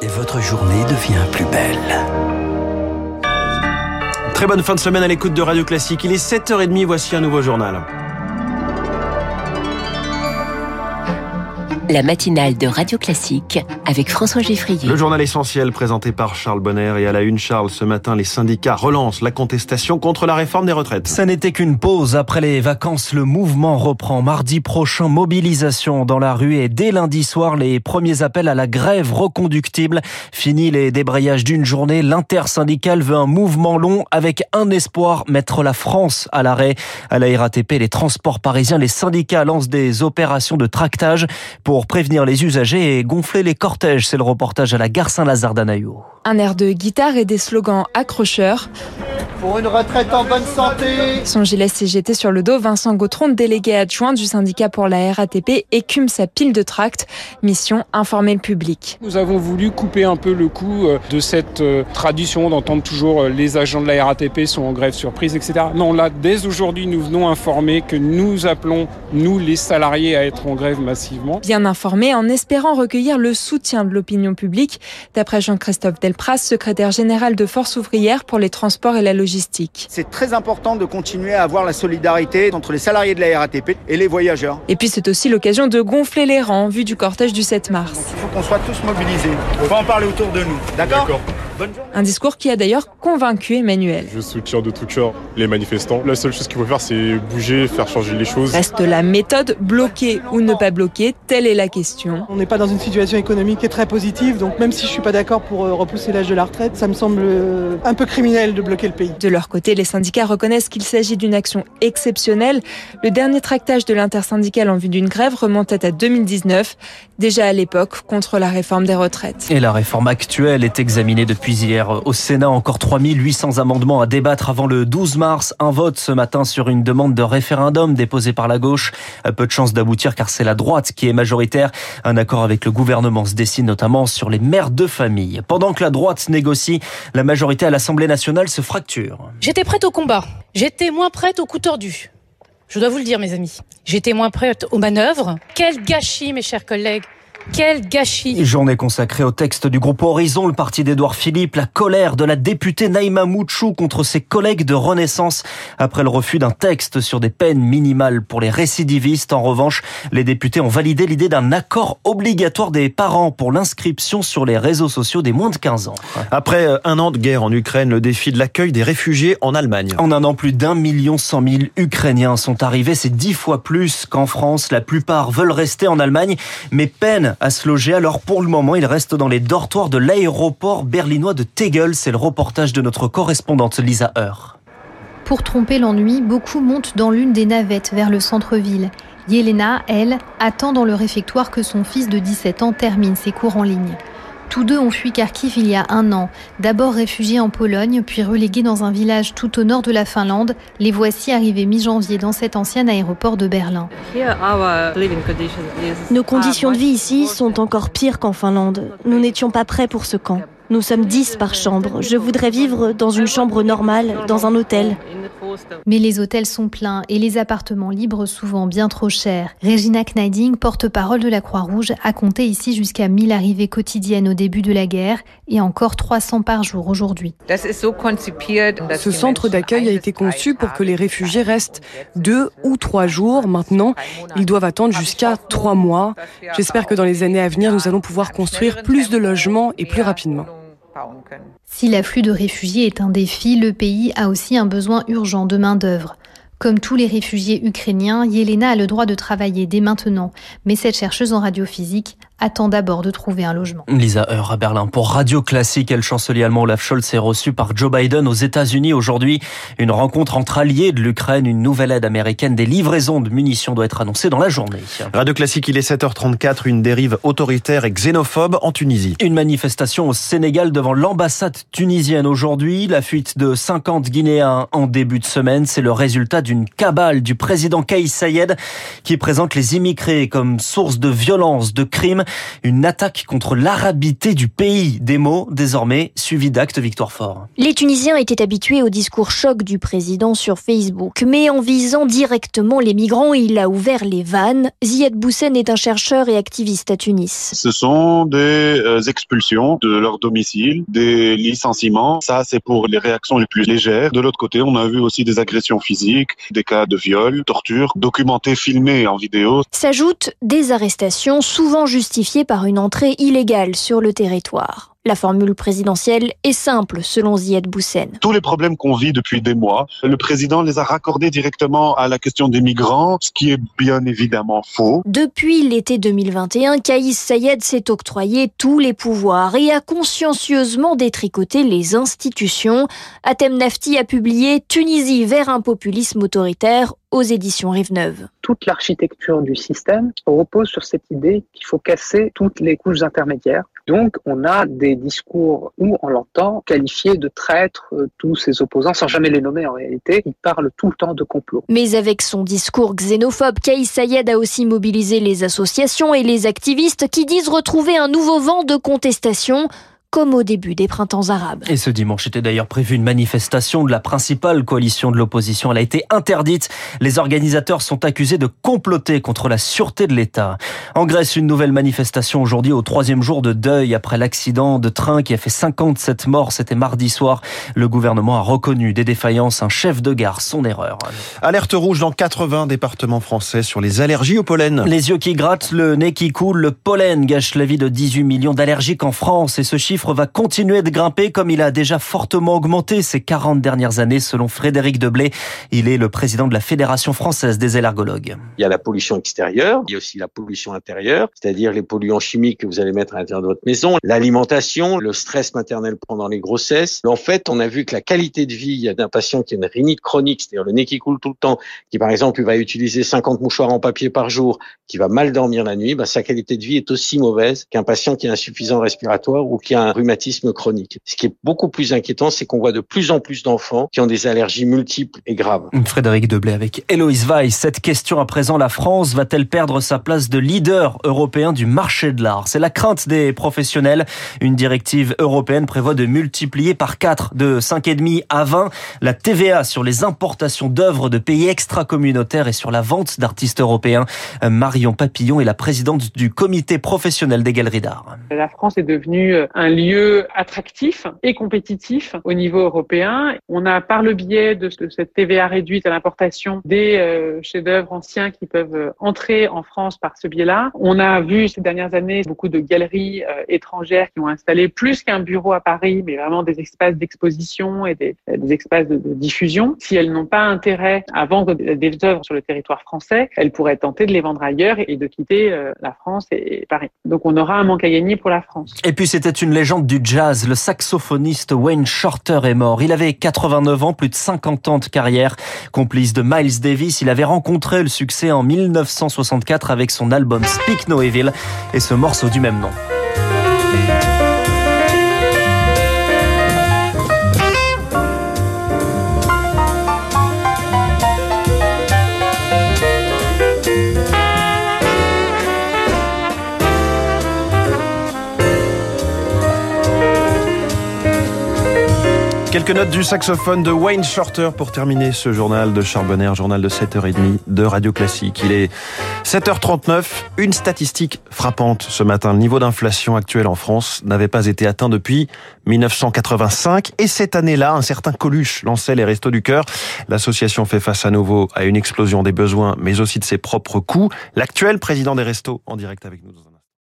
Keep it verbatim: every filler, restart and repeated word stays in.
et votre journée devient plus belle. Très bonne fin de semaine à l'écoute de Radio Classique. Il est sept heures trente, voici un nouveau journal. La matinale de Radio Classique avec François Geffrier. Le journal essentiel présenté par Charles Bonner. Et à la une, Charles, ce matin, les syndicats relancent la contestation contre la réforme des retraites. Ça n'était qu'une pause. Après les vacances, le mouvement reprend. Mardi prochain, mobilisation dans la rue et dès lundi soir, les premiers appels à la grève reconductible. Fini les débrayages d'une journée. L'intersyndicale veut un mouvement long avec un espoir, mettre la France à l'arrêt. À la R A T P, les transports parisiens, les syndicats lancent des opérations de tractage pour pour prévenir les usagers et gonfler les cortèges. C'est le reportage à la gare Saint-Lazare d'Anaïo. Un air de guitare et des slogans accrocheurs. Pour une retraite en bonne santé. Son gilet C G T sur le dos, Vincent Gautron, délégué adjoint du syndicat pour la R A T P, écume sa pile de tracts. Mission, informer le public. Nous avons voulu couper un peu le coup de cette tradition d'entendre toujours les agents de la R A T P sont en grève surprise, et cetera. Non, là, dès aujourd'hui, nous venons informer que nous appelons, nous les salariés, à être en grève massivement. Bien informés en espérant recueillir le soutien de l'opinion publique, d'après Jean-Christophe Delpras, secrétaire général de Force ouvrière pour les transports et la logistique. C'est très important de continuer à avoir la solidarité entre les salariés de la R A T P et les voyageurs. Et puis c'est aussi l'occasion de gonfler les rangs, vu du cortège du sept mars. Donc, il faut qu'on soit tous mobilisés. On va en parler autour de nous, d'accord ? D'accord. Un discours qui a d'ailleurs convaincu Emmanuel. Je soutiens de tout cœur les manifestants. La seule chose qu'il faut faire, c'est bouger, faire changer les choses. Reste la méthode, bloquer ou ne pas bloquer, telle est la question. On n'est pas dans une situation économique qui est très positive, donc même si je suis pas d'accord pour repousser l'âge de la retraite, ça me semble un peu criminel de bloquer le pays. De leur côté, les syndicats reconnaissent qu'il s'agit d'une action exceptionnelle. Le dernier tractage de l'intersyndicale en vue d'une grève remontait à deux mille dix-neuf, déjà à l'époque contre la réforme des retraites. Et la réforme actuelle est examinée depuis hier au Sénat. Encore trois mille huit cents amendements à débattre avant le douze mars. Un vote ce matin sur une demande de référendum déposée par la gauche. Peu de chance d'aboutir car c'est la droite qui est majoritaire. Un accord avec le gouvernement se dessine notamment sur les mères de famille. Pendant que la droite négocie, la majorité à l'Assemblée nationale se fracture. J'étais prête au combat. J'étais moins prête au coup tordu. Je dois vous le dire, mes amis. J'étais moins prête aux manœuvres. Quel gâchis, mes chers collègues. Quel gâchis! Journée consacrée au texte du groupe Horizon, le parti d'Édouard Philippe, la colère de la députée Naïma Mouchou contre ses collègues de Renaissance après le refus d'un texte sur des peines minimales pour les récidivistes. En revanche, les députés ont validé l'idée d'un accord obligatoire des parents pour l'inscription sur les réseaux sociaux des moins de quinze ans. Après un an de guerre en Ukraine, le défi de l'accueil des réfugiés en Allemagne. En un an, plus d'un million cent mille Ukrainiens sont arrivés. C'est dix fois plus qu'en France. La plupart veulent rester en Allemagne, mais peinent à se loger. Alors pour le moment, ils restent dans les dortoirs de l'aéroport berlinois de Tegel. C'est le reportage de notre correspondante Lisa Heur. Pour tromper l'ennui, beaucoup montent dans l'une des navettes vers le centre-ville. Yelena, elle, attend dans le réfectoire que son fils de dix-sept ans termine ses cours en ligne. Tous deux ont fui Kharkiv il y a un an. D'abord réfugiés en Pologne, puis relégués dans un village tout au nord de la Finlande. Les voici arrivés mi-janvier dans cet ancien aéroport de Berlin. Nos conditions de vie ici sont encore pires qu'en Finlande. Nous n'étions pas prêts pour ce camp. Nous sommes dix par chambre. Je voudrais vivre dans une chambre normale, dans un hôtel. Mais les hôtels sont pleins et les appartements libres souvent bien trop chers. Regina Kneiding, porte-parole de la Croix-Rouge, a compté ici jusqu'à mille arrivées quotidiennes au début de la guerre et encore trois cents par jour aujourd'hui. Ce centre d'accueil a été conçu pour que les réfugiés restent deux ou trois jours. Maintenant, ils doivent attendre jusqu'à trois mois. J'espère que dans les années à venir, nous allons pouvoir construire plus de logements et plus rapidement. Si l'afflux de réfugiés est un défi, le pays a aussi un besoin urgent de main-d'œuvre. Comme tous les réfugiés ukrainiens, Yelena a le droit de travailler dès maintenant. Mais cette chercheuse en radiophysique attend d'abord de trouver un logement. Lisa Heur à Berlin pour Radio Classique. Le chancelier allemand Olaf Scholz est reçu par Joe Biden aux États-Unis aujourd'hui. Une rencontre entre alliés de l'Ukraine, une nouvelle aide américaine, des livraisons de munitions doit être annoncée dans la journée. Radio Classique, il est sept heures trente-quatre, une dérive autoritaire et xénophobe en Tunisie. Une manifestation au Sénégal devant l'ambassade tunisienne aujourd'hui. La fuite de cinquante Guinéens en début de semaine, c'est le résultat d'une cabale du président Kais Saied qui présente les immigrés comme source de violence, de crimes. même une attaque contre l'arabité du pays. Des mots désormais suivis d'actes. Victoire Fort. Les Tunisiens étaient habitués au discours choc du président sur Facebook, mais en visant directement les migrants, il a ouvert les vannes. Ziad Boussen est un chercheur et activiste à Tunis. Ce sont des euh, expulsions de leur domicile, des licenciements. Ça, c'est pour les réactions les plus légères. De l'autre côté, on a vu aussi des agressions physiques, des cas de viol, torture, documentés, filmés en vidéo. S'ajoutent des arrestations souvent justifiées par une entrée illégale sur le territoire. La formule présidentielle est simple, selon Ziad Boussen. Tous les problèmes qu'on vit depuis des mois, le président les a raccordés directement à la question des migrants, ce qui est bien évidemment faux. Depuis l'été deux mille vingt et un, Kais Saied s'est octroyé tous les pouvoirs et a consciencieusement détricoté les institutions. Atem Nafti a publié « Tunisie vers un populisme autoritaire » aux éditions Rive-Neuve. Toute l'architecture du système repose sur cette idée qu'il faut casser toutes les couches intermédiaires. Donc, on a des discours où on l'entend qualifier de traîtres euh, tous ses opposants, sans jamais les nommer en réalité. Il parle tout le temps de complot. Mais avec son discours xénophobe, Kais Saied a aussi mobilisé les associations et les activistes qui disent retrouver un nouveau vent de contestation, comme au début des printemps arabes. Et ce dimanche était d'ailleurs prévu une manifestation de la principale coalition de l'opposition. Elle a été interdite. Les organisateurs sont accusés de comploter contre la sûreté de l'État. En Grèce, une nouvelle manifestation aujourd'hui au troisième jour de deuil après l'accident de train qui a fait cinquante-sept morts. C'était mardi soir. Le gouvernement a reconnu des défaillances. Un chef de gare, son erreur. Alerte rouge dans quatre-vingts départements français sur les allergies au pollen. Les yeux qui grattent, le nez qui coule, le pollen gâche la vie de dix-huit millions d'allergiques en France. Et ce chiffre va continuer de grimper comme il a déjà fortement augmenté ces quarante dernières années selon Frédéric Deblay. Il est le président de la Fédération française des allergologues. Il y a la pollution extérieure, il y a aussi la pollution intérieure, c'est-à-dire les polluants chimiques que vous allez mettre à l'intérieur de votre maison, l'alimentation, le stress maternel pendant les grossesses. En fait, on a vu que la qualité de vie d'un patient qui a une rhinite chronique, c'est-à-dire le nez qui coule tout le temps, qui par exemple va utiliser cinquante mouchoirs en papier par jour, qui va mal dormir la nuit, bah, sa qualité de vie est aussi mauvaise qu'un patient qui a insuffisance respiratoire ou qui a un rhumatisme chronique. Ce qui est beaucoup plus inquiétant, c'est qu'on voit de plus en plus d'enfants qui ont des allergies multiples et graves. Frédéric Deblay avec Héloïse Weiss. Cette question à présent, la France va-t-elle perdre sa place de leader européen du marché de l'art? C'est la crainte des professionnels. Une directive européenne prévoit de multiplier par quatre, de cinq virgule cinq à vingt, la T V A sur les importations d'œuvres de pays extra-communautaires et sur la vente d'artistes européens. Marion Papillon est la présidente du comité professionnel des galeries d'art. La France est devenue un lieu attractif et compétitif au niveau européen. On a, par le biais de cette T V A réduite à l'importation, des euh, chefs-d'œuvre anciens qui peuvent entrer en France par ce biais-là. On a vu ces dernières années beaucoup de galeries euh, étrangères qui ont installé plus qu'un bureau à Paris, mais vraiment des espaces d'exposition et des, des espaces de, de diffusion. Si elles n'ont pas intérêt à vendre des œuvres sur le territoire français, elles pourraient tenter de les vendre ailleurs et de quitter euh, la France et, et Paris. Donc on aura un manque à gagner pour la France. Et puis c'était une légende du jazz. Le saxophoniste Wayne Shorter est mort. Il avait quatre-vingt-neuf ans, plus de cinquante ans de carrière. Complice de Miles Davis, il avait rencontré le succès en mille neuf cent soixante-quatre avec son album Speak No Evil et ce morceau du même nom. Quelques notes du saxophone de Wayne Shorter pour terminer ce journal de Charles Bonner, journal de sept heures trente de Radio Classique. Il est sept heures trente-neuf. Une statistique frappante ce matin. Le niveau d'inflation actuel en France n'avait pas été atteint depuis mille neuf cent quatre-vingt-cinq. Et cette année-là, un certain Coluche lançait les Restos du Cœur. L'association fait face à nouveau à une explosion des besoins, mais aussi de ses propres coûts. L'actuel président des Restos en direct avec nous.